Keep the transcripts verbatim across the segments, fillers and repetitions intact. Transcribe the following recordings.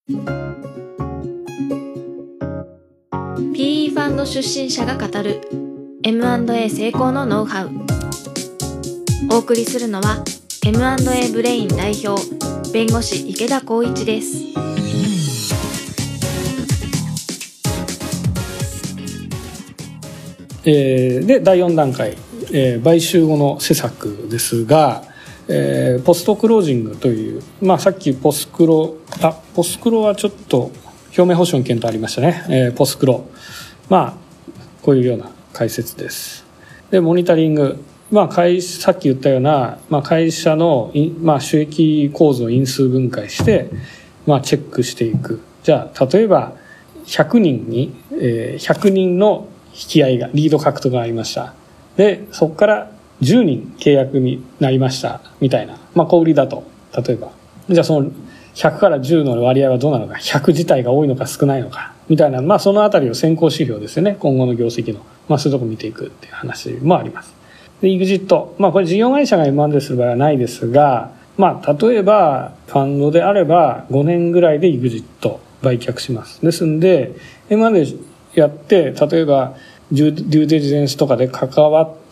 ピーイー ファンド出身者が語る エムアンドエー 成功のノウハウ。お送りするのは エムアンドエー ブレイン代表弁護士池田光一です。 えー、でだいよん段階、えー、買収後の施策ですが、えー、ポストクロージングという、まあ、さっきポスクロあポスクロはちょっと表面保証の検討ありましたね、えー、ポスクロ、まあこういうような解説です。でモニタリング、まあ、会さっき言ったような、まあ、会社の、まあ、収益構造を因数分解して、まあ、チェックしていく。じゃあ例えばひゃくにんに、えー、ひゃくにんの引き合いがリード獲得がありました。でそこからじゅうにん契約になりましたみたいな、まあ小売りだと、例えばじゃあそのひゃくからじゅうの割合はどうなのか、ひゃく自体が多いのか少ないのかみたいな、まあそのあたりを先行指標ですよね、今後の業績の、まあそういうとこ見ていくっていう話もあります。で イグジット、まあこれ事業会社が エムアンドエー する場合はないですが、まあ例えばファンドであればごねんぐらいで イグジット 売却します。ですんで エムアンドエー やって、例えばデューデリジェンスとかで関わって、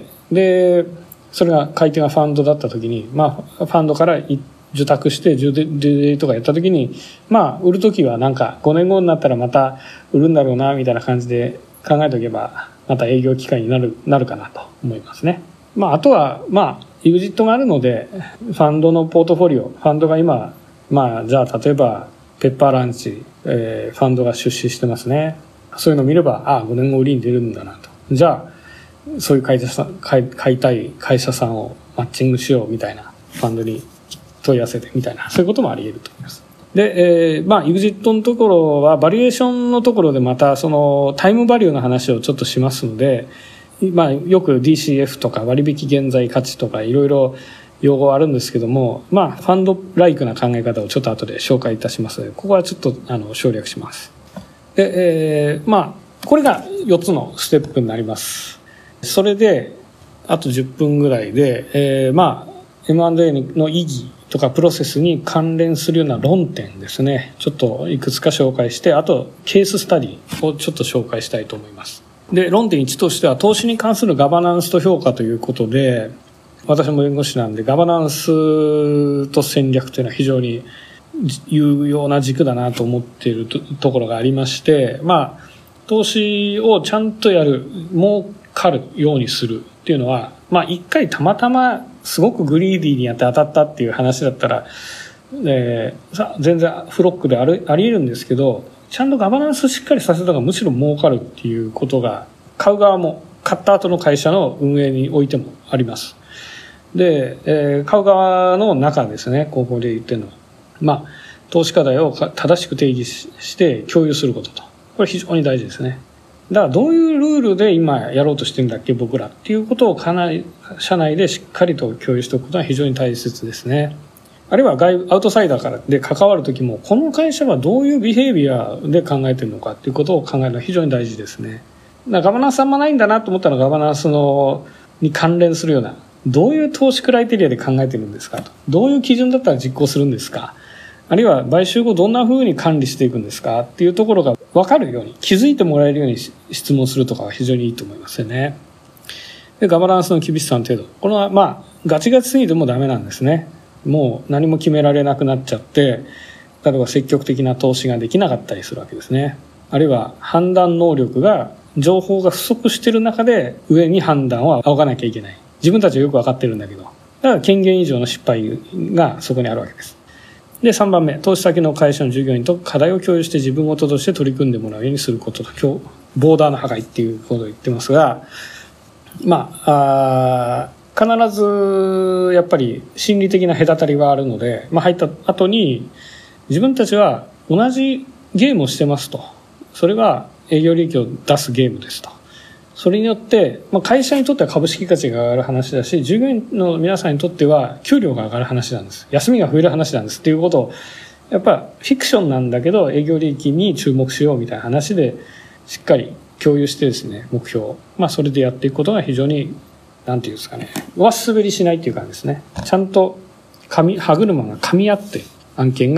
でそれが買い手がファンドだった時に、まあファンドから受託してデューデリジェンスとかやった時に、まあ売る時はなんかごねんごになったらまた売るんだろうなみたいな感じで考えておけば、また営業機会になるなるかなと思いますね。まああとはまあ イグジット があるので、ファンドのポートフォリオ、ファンドが今、まあじゃあ例えばペッパーランチ、えー、ファンドが出資してますね。そういうのを見れば、ああごねんご売りに出るんだなと、じゃあそういう会社さん 買, 買いたい会社さんをマッチングしようみたいな、ファンドに問い合わせてみたいな、そういうこともあり得ると思います。で、えー、まあ イグジット のところはバリエーションのところでまたそのタイムバリューの話をちょっとしますので、まあよく ディーシーエフ とか割引現在価値とかいろいろ用語あるんですけども、まあファンドライクな考え方をちょっと後で紹介いたしますので、ここはちょっとあの省略します。で、えー、まあこれがよっつのステップになります。それであとじゅっぷんぐらいで、えー、まあ エムアンドエー の意義とかプロセスに関連するような論点ですね、ちょっといくつか紹介して、あとケーススタディをちょっと紹介したいと思います。で論点いちとしては、投資に関するガバナンスと評価ということで、私も弁護士なんでガバナンスと戦略というのは非常に有用な軸だなと思っている と, ところがありまして、まあ投資をちゃんとやる、儲かるようにするっていうのは、まあ一回たまたますごくグリーディーにやって当たったっていう話だったら、えー、さ全然フロックであるあり得るんですけど、ちゃんとガバナンスしっかりさせた方がむしろ儲かるっていうことが、買う側も買った後の会社の運営においてもあります。で、えー、買う側の中ですね、ここで言ってるのは、まあ投資課題を正しく定義して共有することと、これ非常に大事ですね。だからどういうルールで今やろうとしてるんだっけ僕らっていうことをかなり社内でしっかりと共有しておくことは非常に大切ですね。あるいは外アウトサイダーからで関わる時も、この会社はどういうビヘイビアで考えてるのかっていうことを考えるのは非常に大事ですね。だからガバナンスあんまないんだなと思ったら、ガバナンスのに関連するような、どういう投資クライテリアで考えてるんですかと、どういう基準だったら実行するんですか、あるいは買収後どんな風に管理していくんですかっていうところが分かるように、気づいてもらえるように質問するとかは非常にいいと思いますよね。でガバナンスの厳しさの程度、これはまあガチガチすぎてもダメなんですね。もう何も決められなくなっちゃって、例えば積極的な投資ができなかったりするわけですね。あるいは判断能力が、情報が不足している中で上に判断を仰がなきゃいけない。自分たちはよく分かってるんだけど、だから権限以上の失敗がそこにあるわけです。でさんばんめ、投資先の会社の従業員と課題を共有して自分事として取り組んでもらうようにすることと、今日ボーダーの破壊っていうことを言ってますが、まあ、あ必ずやっぱり心理的な隔たりはあるので、まあ、入った後に自分たちは同じゲームをしてますと、それが営業利益を出すゲームですと、それによって、まあ、会社にとっては株式価値が上がる話だし、従業員の皆さんにとっては給料が上がる話なんです、休みが増える話なんですっていうことを、やっぱフィクションなんだけど営業利益に注目しようみたいな話でしっかり共有してですね、目標、まあ、それでやっていくことが非常になんていうんですかね、上滑りしないっていう感じですね。ちゃんと噛み歯車が噛み合って案件が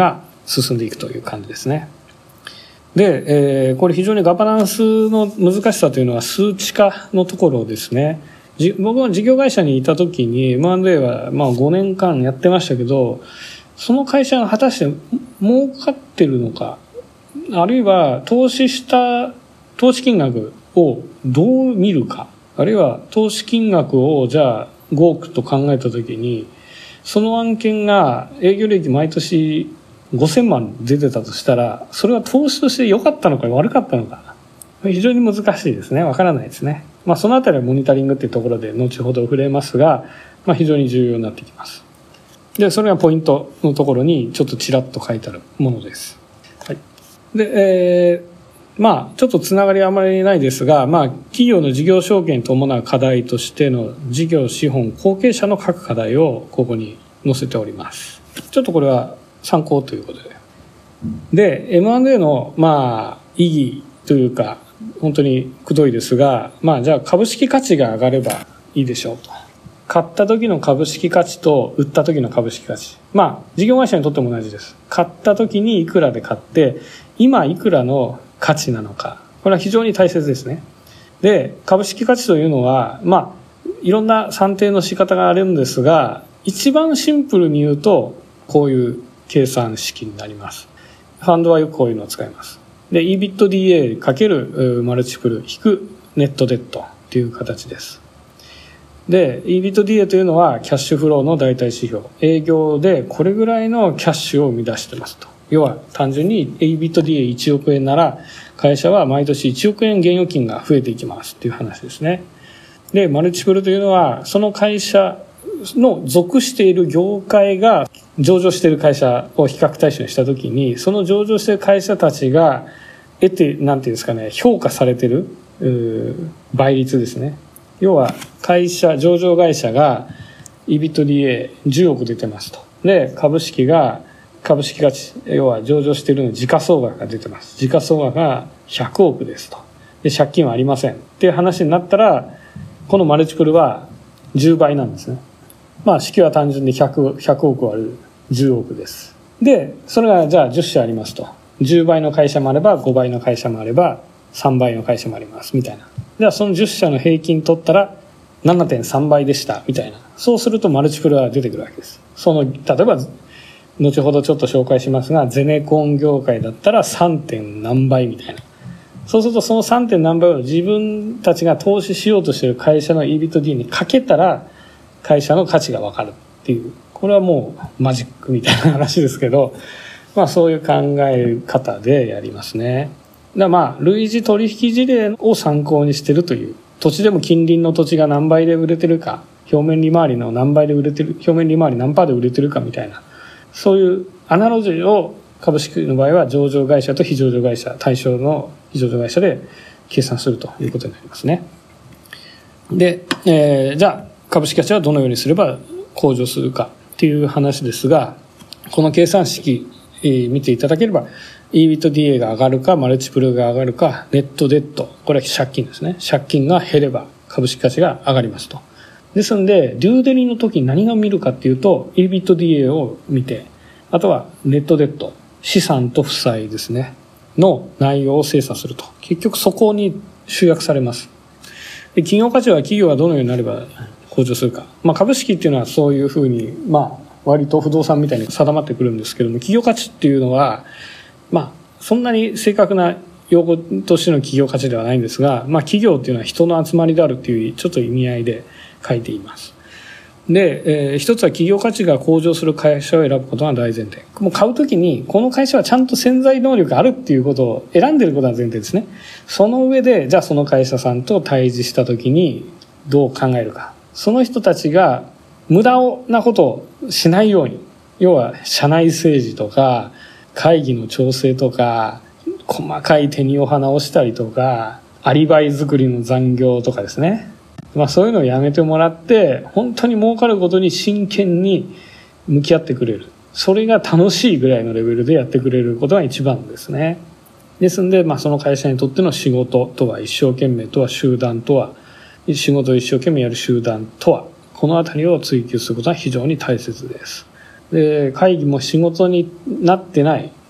進んでいくという感じですね。で、えー、これ非常にガバナンスの難しさというのは数値化のところですね。じ僕は事業会社にいた時に エムアンドエー はまあごねんかんやってましたけど、その会社が果たして儲かってるのか、あるいは投資した投資金額をどう見るか、あるいは投資金額をじゃあごおくと考えた時に、その案件が営業利益毎年ごせんまん出てたとしたら、それは投資として良かったのか悪かったのか、非常に難しいですね。わからないですね。まあそのあたりはモニタリングっていうところで後ほど触れますが、まあ非常に重要になってきます。で、それがポイントのところにちょっとちらっと書いてあるものです。はい。で、えー、まあちょっとつながりはあまりないですが、まあ企業の事業承継に伴う課題としての事業資本後継者の各課題をここに載せております。ちょっとこれは参考ということで。で、エムアンドエー のまあ意義というか本当にくどいですが、まあじゃあ株式価値が上がればいいでしょうと。買った時の株式価値と売った時の株式価値。まあ事業会社にとっても同じです。買った時にいくらで買って、今いくらの価値なのか。これは非常に大切ですね。で、株式価値というのは、まあいろんな算定の仕方があるんですが、一番シンプルに言うと、こういう計算式になります。ファンドはよくこういうのを使います。で、イービットディーエー かけるマルチプル引くネットデッドという形です。で、イービットディーエー というのはキャッシュフローの代替指標。営業でこれぐらいのキャッシュを生み出してますと。要は単純に イービットディーエーいちおくえんなら会社は毎年いちおくえん現預金が増えていきますっていう話ですね。で、マルチプルというのはその会社の属している業界が上場している会社を比較対象にしたときに、その上場している会社たちが得て、なんていうんですかね、評価されている倍率ですね。要は会社、上場会社が イービットディーエーじゅうおく出てますと。で、株式が、株式価値、要は上場しているの時価総額が出てます。時価総額がひゃくおくですと。で、借金はありません。っていう話になったら、このマルチプルはじゅうばいなんですね。まあ、式は単純にひゃく、ひゃくおく割るじゅうおくです。で、それがじゃあじゅっしゃありますと。じゅうばいの会社もあれば、ごばいの会社もあれば、さんばいの会社もあります、みたいな。じゃあそのじゅっしゃの平均取ったら ななてんさんばいでした、みたいな。そうするとマルチプルは出てくるわけです。その、例えば、後ほどちょっと紹介しますが、ゼネコン業界だったら さん. 点何倍みたいな。そうするとその さん. 点何倍を自分たちが投資しようとしている会社の イービットディー にかけたら、会社の価値がわかるっていう。これはもうマジックみたいな話ですけど、まあそういう考え方でやりますね。だまあ類似取引事例を参考にしているという。土地でも近隣の土地が何倍で売れてるか、表面利回りの何倍で売れてる、表面利回り何パーで売れてるかみたいな、そういうアナロジーを株式の場合は上場会社と非上場会社、対象の非上場会社で計算するということになりますね。で、えー、じゃあ株式価値はどのようにすれば向上するかっていう話ですが、この計算式、えー、見ていただければ イービットディーエー が上がるかマルチプルが上がるかネットデッド、これは借金ですね。借金が減れば株式価値が上がりますと。ですのでデューデリの時に何を見るかっていうと イービットディーエー を見て、あとはネットデッド、資産と負債ですねの内容を精査すると。結局そこに集約されます。で企業価値は企業がどのようになれば向上するか。まあ株式っていうのはそういうふうに、まあ割と不動産みたいに定まってくるんですけども、企業価値っていうのは、まあそんなに正確な用語としての企業価値ではないんですが、まあ企業っていうのは人の集まりであるっていうちょっと意味合いで書いています。で、えー、一つは企業価値が向上する会社を選ぶことが大前提。もう買うときにこの会社はちゃんと潜在能力があるっていうことを選んでいることが前提ですね。その上でじゃあその会社さんと対峙したときにどう考えるか。その人たちが無駄なことをしないように、要は社内政治とか会議の調整とか細かい手にお花をしたりとかアリバイ作りの残業とかですね、まあそういうのをやめてもらって本当に儲かることに真剣に向き合ってくれる、それが楽しいぐらいのレベルでやってくれることが一番ですね。ですので、まあその会社にとっての仕事とは一生懸命とは集団とは仕事を一生懸命やる集団とは、このあたりを追求することは非常に大切です。で、会議も仕事になってない、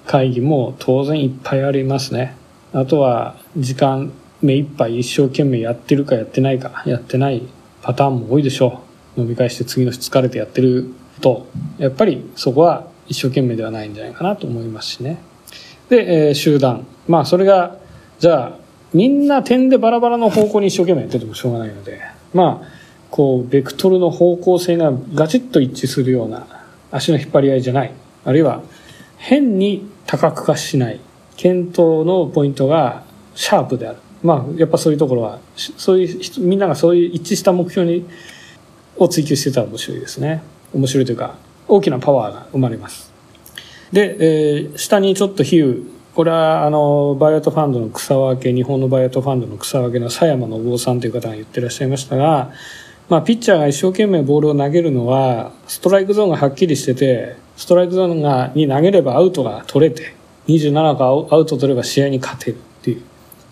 会議も当然いっぱいありますね。あとは時間目いっぱい一生懸命やってるかやってないか、やってないパターンも多いでしょう。飲み会して次の日疲れてやってると、やっぱりそこは一生懸命ではないんじゃないかなと思いますしね。で、えー、集団。まあそれが、じゃあみんな点でバラバラの方向に一生懸命やっててもしょうがないので、まあこうベクトルの方向性がガチッと一致するような足の引っ張り合いじゃない、あるいは変に多角化しない、検討のポイントがシャープである。まあやっぱそういうところは、そういうみんながそういう一致した目標にを追求してたら面白いですね。面白いというか大きなパワーが生まれます。で、えー、下にちょっと比喩、これはあのバイオットファンドの草分け、日本のバイオットファンドの草分けの佐山信夫さんという方が言ってらっしゃいましたが、まあ、ピッチャーが一生懸命ボールを投げるのはストライクゾーンがはっきりしてて、ストライクゾーンがに投げればアウトが取れてにじゅうなな個アウト取れば試合に勝てるっていう。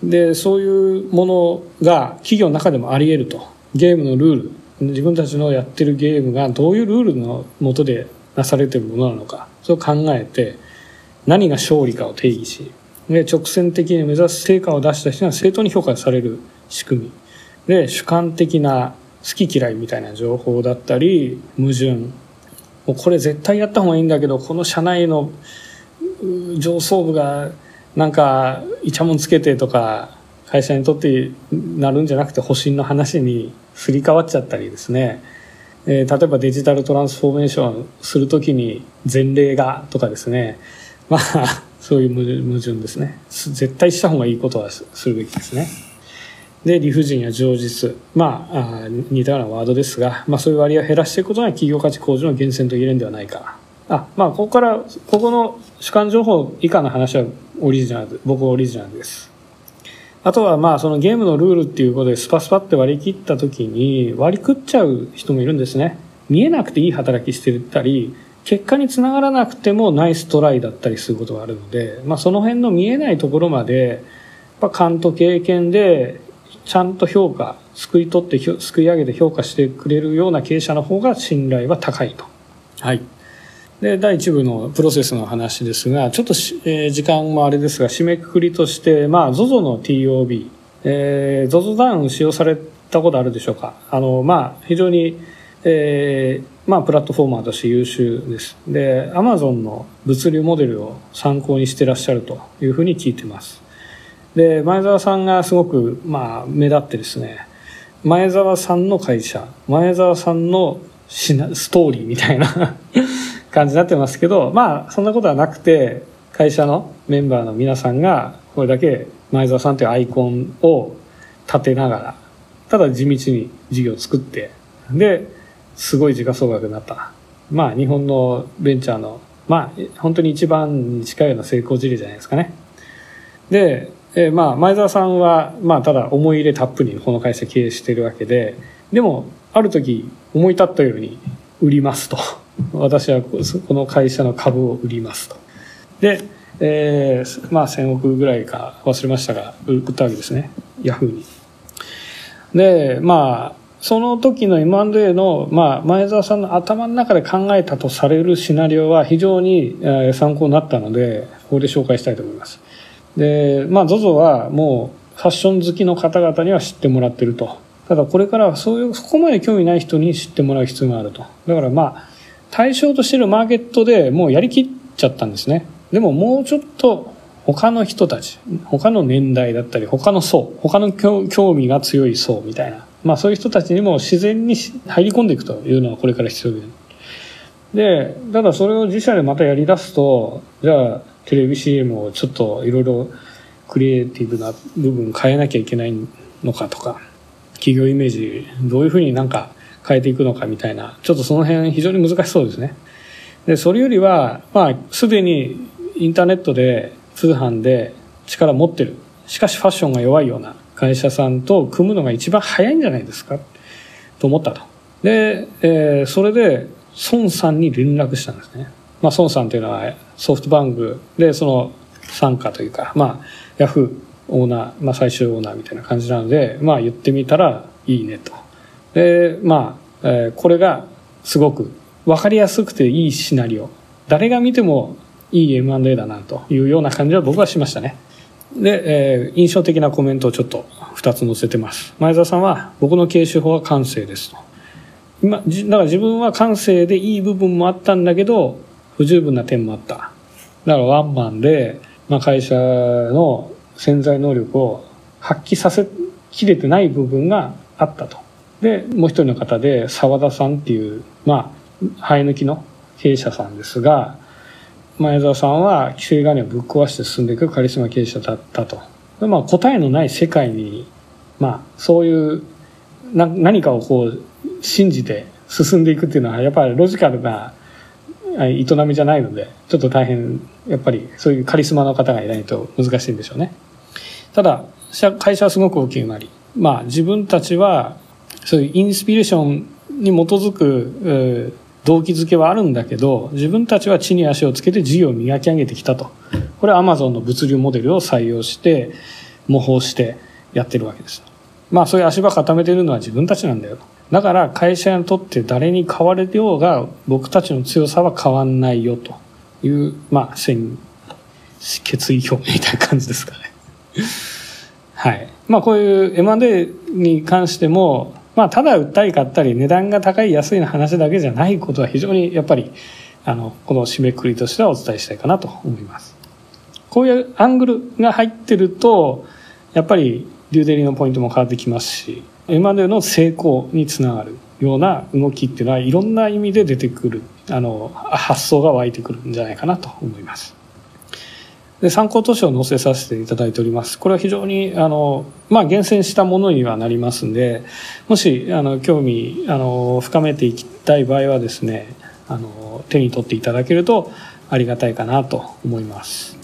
でそういうものが企業の中でもあり得ると。ゲームのルール、自分たちのやってるゲームがどういうルールの下でなされているものなのか、それを考えて何が勝利かを定義し、で直線的に目指す成果を出した人が正当に評価される仕組みで、主観的な好き嫌いみたいな情報だったり矛盾、もうこれ絶対やった方がいいんだけどこの社内の上層部がなんかイチャモンつけてとか、会社にとってなるんじゃなくて保身の話にすり替わっちゃったりですね、えー、例えばデジタルトランスフォーメーションするときに前例がとかですね、まあそういう矛盾ですね。絶対した方がいいことはするべきですね。で理不尽や情実、まあ似たようなワードですが、まあ、そういう割合を減らしていくことが企業価値向上の源泉と言えるんではないか。あ、まあここからここの主観情報以下の話はオリジナル、僕はオリジナルです。あとはまあそのゲームのルールっていうことでスパスパって割り切った時に割り食っちゃう人もいるんですね。見えなくていい働きしてたり、結果につながらなくてもナイストライだったりすることがあるので、まあその辺の見えないところまでやっぱ勘と経験でちゃんと評価、すくい取ってすくい上げて評価してくれるような経営者の方が信頼は高いと。はい。でだいいち部のプロセスの話ですが、ちょっと、えー、時間もあれですが締めくくりとして、まあ ゾゾ の ティーオービー、えー、ゾゾ ダウン使用されたことあるでしょうか。あのまあ非常に、えー、まあプラットフォーマーとして優秀です。で Amazon の物流モデルを参考にしてらっしゃるというふうに聞いてます。で前澤さんがすごくまあ目立ってですね、前澤さんの会社、前澤さんのストーリーみたいな感じになってますけど、まあそんなことはなくて、会社のメンバーの皆さんがこれだけ前澤さんというアイコンを立てながら、ただ地道に事業を作って、ですごい時価総額になった。まあ日本のベンチャーのまあ本当に一番に近いような成功事例じゃないですかね。で、えー、まあ前澤さんはまあただ思い入れたっぷりこの会社経営しているわけで、でもある時思い立ったように売りますと。私はこの会社の株を売りますと。で、えー、まあせんおくぐらいか忘れましたが売ったわけですね、ヤフーに。でまあその時の エムアンドエー の、まあ、前澤さんの頭の中で考えたとされるシナリオは非常に参考になったので、ここで紹介したいと思います。で、まあ ゾゾ はもうファッション好きの方々には知ってもらってると。ただこれからはそういう、そこまで興味ない人に知ってもらう必要があると。だからまあ、対象としているマーケットでもうやりきっちゃったんですね。でももうちょっと他の人たち、他の年代だったり、他の層、他の興味が強い層みたいな。まあそういう人たちにも自然に入り込んでいくというのはこれから必要で。で、ただそれを自社でまたやり出すと、じゃあテレビ シーエム をちょっといろいろクリエイティブな部分変えなきゃいけないのかとか、企業イメージどういうふうになんか変えていくのかみたいな、ちょっとその辺非常に難しそうですね。で、それよりは、まあすでにインターネットで通販で力持ってる、しかしファッションが弱いような会社さんと組むのが一番早いんじゃないですかと思ったと。で、えー、それで孫さんに連絡したんですね。まあ孫さんというのはソフトバンクでその傘下というか、まあヤフーオーナー、まあ最終オーナーみたいな感じなので、まあ言ってみたらいいねと。で、まあ、えー、これがすごく分かりやすくていいシナリオ。誰が見てもいい エムアンドエー だなというような感じは僕はしましたね。で、えー、印象的なコメントをちょっとふたつ載せてます。前澤さんは、僕の経営手法は感性ですと。今、だから自分は感性でいい部分もあったんだけど、不十分な点もあった。だからワンマンで、まあ、会社の潜在能力を発揮させきれてない部分があったと。で、もう一人の方で澤田さんっていう、まあ、生え抜きの経営者さんですが、前澤さんは規制概念をぶっ壊して進んでいくカリスマ経営者だったと。で、まあ、答えのない世界に、まあ、そういうな何かをこう信じて進んでいくっていうのはやっぱりロジカルな営みじゃないので、ちょっと大変やっぱりそういうカリスマの方がいないと難しいんでしょうね。ただ会社はすごく大きくなり、まあ、自分たちはそういうインスピレーションに基づく動機づけはあるんだけど、自分たちは地に足をつけて事業を磨き上げてきたと。これは Amazon の物流モデルを採用して模倣してやってるわけです。まあそういう足場固めてるのは自分たちなんだよと。だから会社にとって誰に買われてようが僕たちの強さは変わんないよという、まあ決意表明みたいな感じですかね。はい。まあこういう エムアンドエー に関しても、まあただ売ったり買ったり値段が高い安いの話だけじゃないことは非常にやっぱりあのこの締めくくりとしてはお伝えしたいかなと思います。こういうアングルが入ってるとやっぱりデューデリのポイントも変わってきますし、 エムアンドエー の成功につながるような動きっていうのはいろんな意味で出てくる、あの発想が湧いてくるんじゃないかなと思います。で、参考図書を載せさせていただいております。これは非常にあの、まあ、厳選したものにはなりますんで、もしあの興味あの深めていきたい場合はですね、あの手に取っていただけるとありがたいかなと思います。